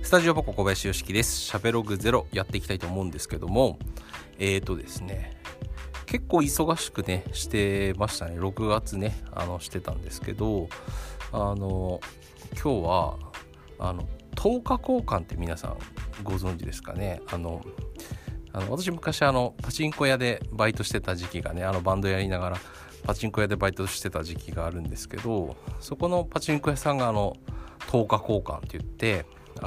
スタジオポコ小林よしきです。しゃべログ0やっていきたいと思うんですけども、ですね、結構忙しくねしてましたね。6月ねしてたんですけど、今日は10日交換って皆さんご存知ですかね。私昔パチンコ屋でバイトしてた時期がね、バンドやりながらパチンコ屋でバイトしてた時期があるんですけど、そこのパチンコ屋さんが10日交換って言って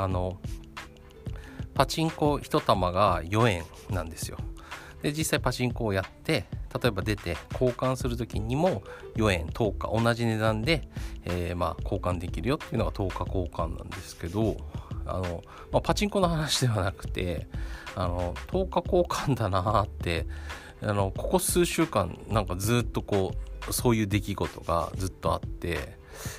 パチンコ1玉が4円なんですよ。で実際パチンコをやって例えば出て交換する時にも4円10日同じ値段で、交換できるよっていうのが10日交換なんですけど、パチンコの話ではなくて10日交換だなってここ数週間なんかずっとそういう出来事がずっとあって、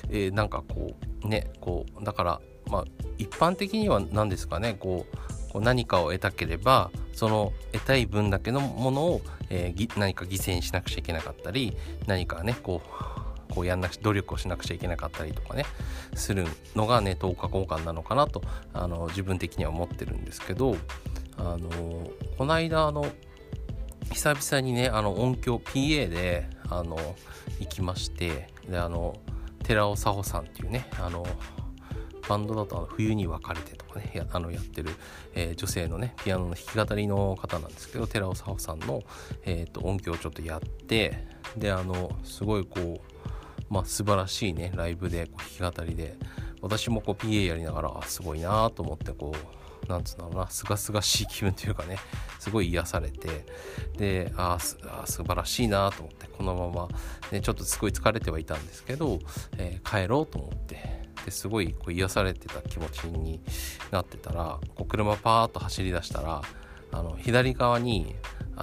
だから一般的には何ですかね、何かを得たければその得たい分だけのものを、何か犠牲にしなくちゃいけなかったり、何かねやんなく努力をしなくちゃいけなかったりとかねするのがね10日交換なのかなと自分的には思ってるんですけど、この間久々にね音響 PA で行きまして、で寺尾佐穂さんっていうねバンドだと冬に別れてとかねやってる、女性のねピアノの弾き語りの方なんですけど、寺尾佐穂さんの、音響をちょっとやって、ですごい素晴らしいねライブで弾き語りで、私もPA やりながらすごいなと思ってなんつうんだろうな、すがすがしい気分というかね、すごい癒されて、で素晴らしいなと思って、このまま、ね、ちょっとすごい疲れてはいたんですけど、帰ろうと思ってですごい癒されてた気持ちになってたら、車パーッと走り出したら左側に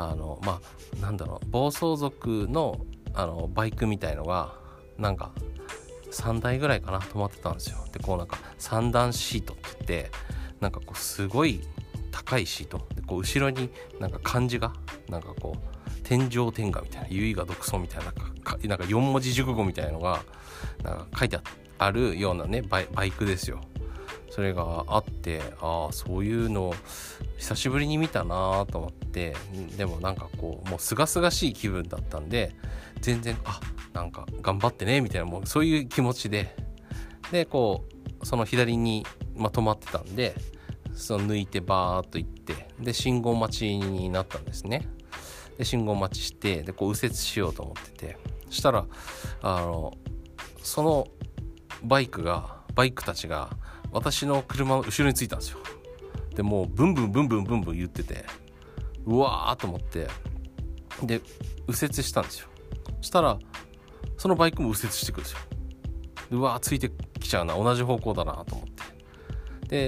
暴走族のバイクみたいのがなんか3台ぐらいかな止まってたんですよ。で3段シートって言ってすごい高いシートで後ろに漢字が天上天下みたいな、唯我独尊みたいな4文字熟語みたいなのが書いてあるようなねバイクですよ。それがあって、そういうの久しぶりに見たなと思って、でももうすがすがしい気分だったんで、全然頑張ってねみたいな、もうそういう気持ちでその左に、止まってたんで、その抜いてバーっと行って、で信号待ちになったんですね。で信号待ちしてで右折しようと思ってて、そしたらそのバイクたちが私の車の後ろについたんですよ。でもうブンブンブンブンブンブン言ってて、うわーと思って、で右折したんですよ。そしたらそのバイクも右折してくるんですよ。うわーついてきちゃうな、同じ方向だなと思って、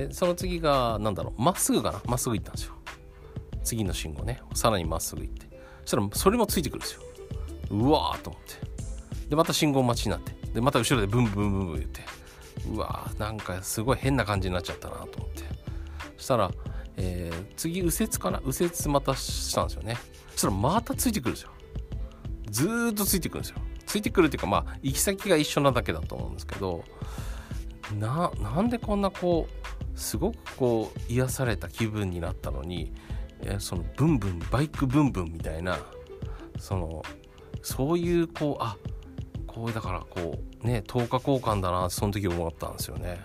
でその次がまっすぐ行ったんですよ。次の信号ね、さらにまっすぐ行って、そしたらそれもついてくるんですよ。うわーと思って、でまた信号待ちになって、でまた後ろでブンブンブンブン言って、うわーすごい変な感じになっちゃったなと思って、そしたら、次右折またしたんですよね。そしたらまたついてくるんですよ。ずーっとついてくるんですよ。ついてくるっていうか行き先が一緒なだけだと思うんですけど、なんでこんなすごく癒された気分になったのに、そのブンブンバイクブンブンみたいなそういうだから10日交換だなその時思ったんですよね。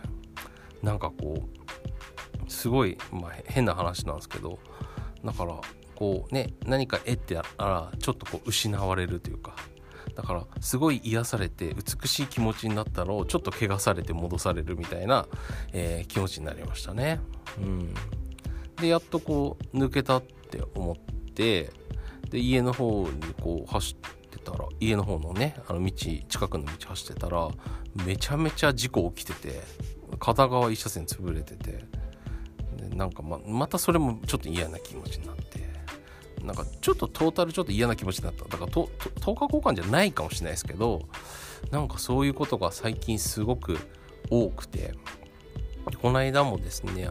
すごい、変な話なんですけど、だから何か得てたらちょっと失われるというか、だからすごい癒されて美しい気持ちになったのをちょっと汚されて戻されるみたいな、気持ちになりましたね。でやっと抜けたって思って、で家の方に走ってたら、家の方のね近くの道走ってたらめちゃめちゃ事故起きてて、片側一車線潰れてて、でまたそれもちょっと嫌な気持ちになって、ちょっとトータルちょっと嫌な気持ちになった。だから10日交換じゃないかもしれないですけど、そういうことが最近すごく多くて、この間もですね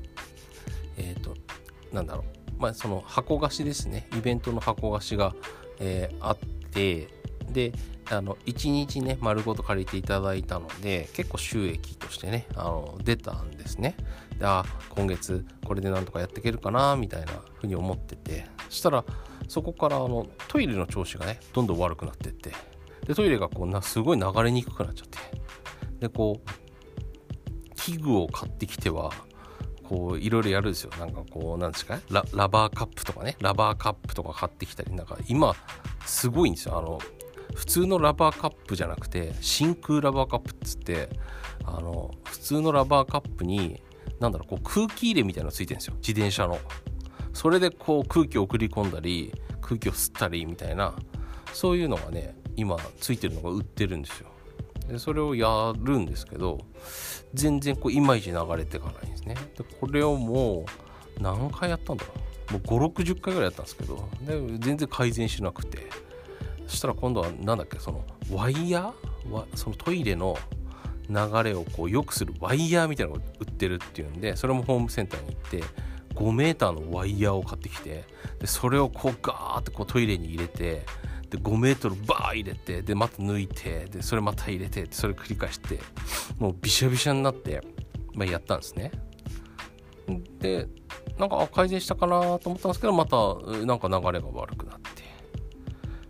その箱菓子ですね、イベントの箱菓子が、あって、で 1日ね丸ごと借りていただいたので結構収益としてね出たんですね。で今月これでなんとかやっていけるかなみたいなふうに思ってて、そしたらそこからトイレの調子がねどんどん悪くなってって、でトイレがすごい流れにくくなっちゃって、で器具を買ってきてはいろいろやるんですよ。なんですかラバーカップとかね、ラバーカップとか買ってきたり、今すごいんですよ。普通のラバーカップじゃなくて真空ラバーカップっつって、普通のラバーカップに空気入れみたいなのついてるんですよ、自転車の。それで空気を送り込んだり空気を吸ったりみたいな、そういうのがね今ついてるのが売ってるんですよ。でそれをやるんですけど全然いまいち流れていかないんですね。でこれをもう何回やったんだろう、もう5、60回ぐらいやったんですけど、で全然改善しなくて、そしたら今度はそのワイヤー、そのトイレの流れを良くするワイヤーみたいなのを売ってるっていうんで、それもホームセンターに行って5メーターのワイヤーを買ってきて、でそれをガーってトイレに入れて、で5メートルバー入れて、でまた抜いて、でそれまた入れて、それ繰り返してもうびしゃびしゃになって、やったんですね。で改善したかなと思ったんですけど、また流れが悪くなって、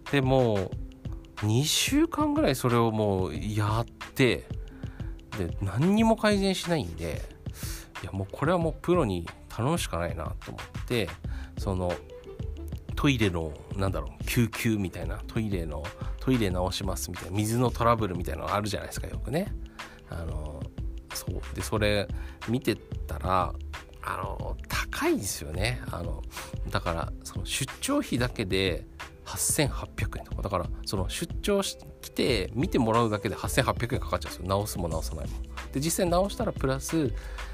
でもう2週間ぐらいそれをもうやって、で何にも改善しないんで、いやもうこれはもうプロに頼むしかないなと思って、そのトイレの救急みたいな、トイレ直しますみたいな、水のトラブルみたいなのがあるじゃないですか、よくね。そうでそれ見てたら高いんですよね。だからその出張費だけで8800円とか、だからその出張来て見てもらうだけで8800円かかっちゃうんですよ、直すも直さないも。で実際直したらプラス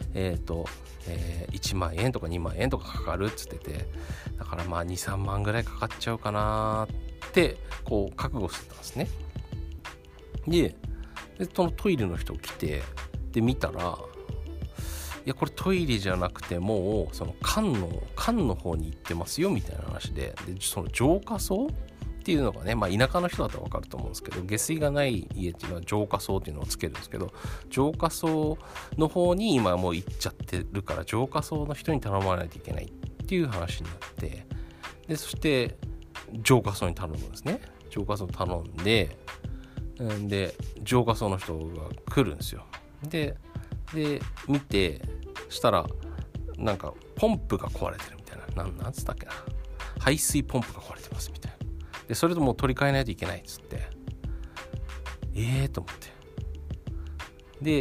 1万円とか2万円とかかかるっつってて、だから2、3万ぐらいかかっちゃうかなって覚悟してたんですね。でそのトイレの人来て、で見たら、いやこれトイレじゃなくてもうその缶の方に行ってますよみたいな話で、その浄化槽っていうのがね、田舎の人だと分かると思うんですけど、下水がない家っていうのは浄化槽っていうのをつけるんですけど、浄化槽の方に今もう行っちゃってるから、浄化槽の人に頼まないといけないっていう話になって、でそして浄化槽に頼むんですね。浄化槽頼んで、浄化槽の人が来るんですよ。で見て、したらポンプが壊れてるみたいな、なんつったっけな、排水ポンプが壊れてますみたいな。でそれともう取り替えないといけないっつって、と思って、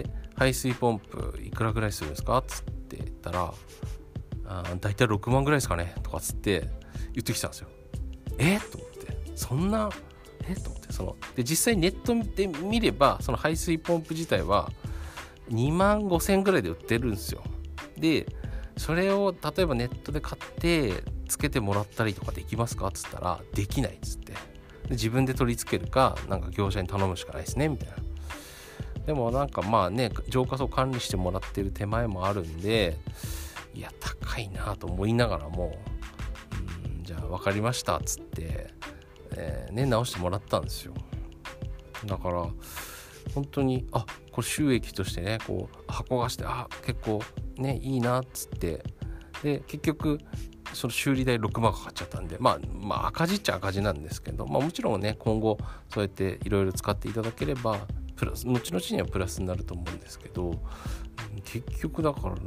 で排水ポンプいくらぐらいするんですかっつって言ったら、だいたい6万ぐらいですかねとかっつって言ってきたんですよ。と思って、そんなと思って、で実際ネットで見ればその排水ポンプ自体は2万5千ぐらいで売ってるんですよ。でそれを例えばネットで買ってつけてもらったりとかできますかっつったら、できないっつって、で自分で取り付けるか業者に頼むしかないですねみたいな。でも浄化槽管理してもらってる手前もあるんで、いや高いなと思いながらも、じゃあ分かりましたっつって、直してもらったんですよ。だから本当にこれ収益としてね箱貸して結構ねいいなっつって、で結局その修理代6万かかっちゃったんで、赤字っちゃ赤字なんですけど、もちろんね今後そうやっていろいろ使っていただければプラス後々にはプラスになると思うんですけど、結局だから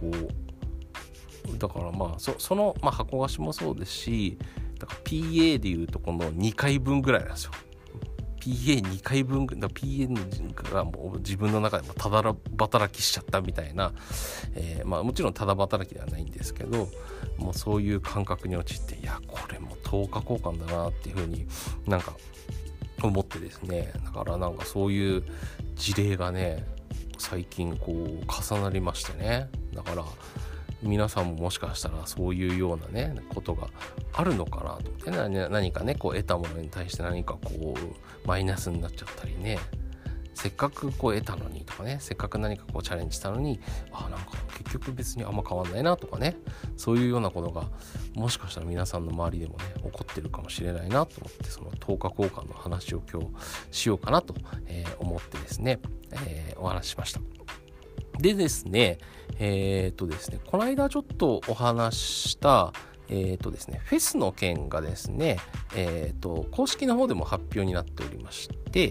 だからその箱貸しもそうですし、だから PA でいうとこの2回分ぐらいなんですよ。PA2 回分だ PA がもう自分の中でもただ働きしちゃったみたいな、もちろんただ働きではないんですけど、もうそういう感覚に陥って、いやこれも10日交換だなっていうふうに思ってですね、だからそういう事例がね最近重なりましてね、だから皆さんももしかしたらそういうようなねことがあるのかなと思って、何かね得たものに対して何かマイナスになっちゃったりね、 せっかくこう得たのにとかね、せっかく何かこうチャレンジしたのになんか結局別にあんま変わんないなとかね、そういうようなことがもしかしたら皆さんの周りでもね起こってるかもしれないなと思って、その10日交換の話を今日しようかなと思ってですね、お話ししました。でですね、この間ちょっとお話ししたですね、フェスの件がですね、公式の方でも発表になっておりまして、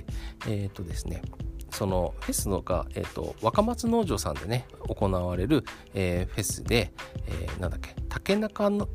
ですね、そのフェスのが、若松農場さんでね行われる、フェスで、なんだっけ、竹中直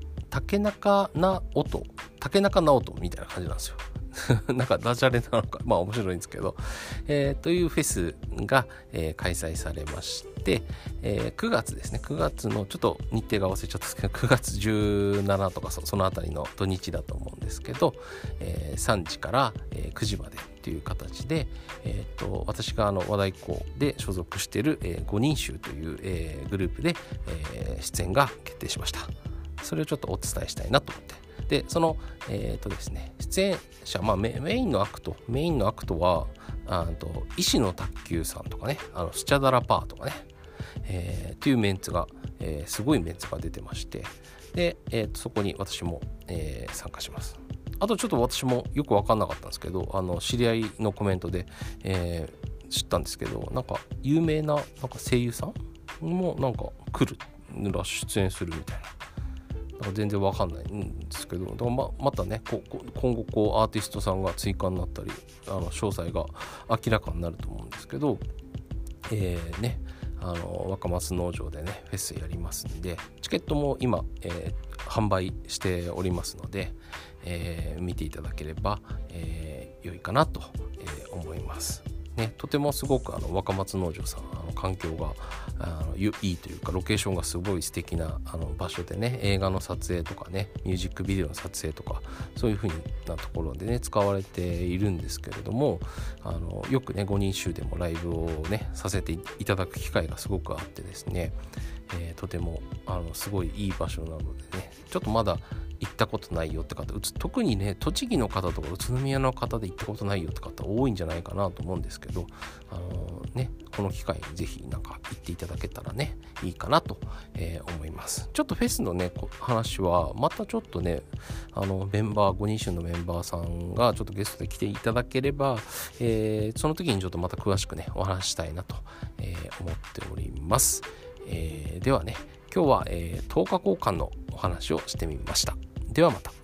人みたいな感じなんですよ。なんかダジャレなのか面白いんですけど、というフェスが、開催されまして、9月ですね、9月のちょっと日程が忘れちゃったんですけど、9月17とかそのあたりの土日だと思うんですけど、3時から、9時までという形で、私が和太鼓で所属している、5人衆という、グループで、出演が決定しました。それをちょっとお伝えしたいなと思って、でそのですね、出演者、メインのアクトは石野卓球さんとかね、スチャダラパーとかね、っていうメンツが、すごいメンツが出てまして、で、そこに私も、参加します。あとちょっと私もよく分かんなかったんですけど、知り合いのコメントで、知ったんですけど、なんか有名な声優さんもなんか来る出演するみたいな。全然わかんないんですけど、だからまたね今後アーティストさんが追加になったり詳細が明らかになると思うんですけど、若松農場でねフェスやりますんで、チケットも今、販売しておりますので、見ていただければ、良いかなと、思いますね。とてもすごく若松農場さん環境がいいというか、ロケーションがすごい素敵な場所でね、映画の撮影とかね、ミュージックビデオの撮影とか、そういう風なところでね使われているんですけれども、よくね5人衆でもライブをねさせていただく機会がすごくあってですね、とてもすごいいい場所なのでね、ちょっとまだ行ったことないよって方、特にね栃木の方とか宇都宮の方で行ったことないよって方多いんじゃないかなと思うんですけど、この機会にぜひなんか行っていただけたらねいいかなと、思います。ちょっとフェスのね話はまたちょっとねメンバー5人衆のメンバーさんがちょっとゲストで来ていただければ、その時にちょっとまた詳しくねお話したいなと、思っております。ではね、今日は、10日交換のお話をしてみました。ではまた。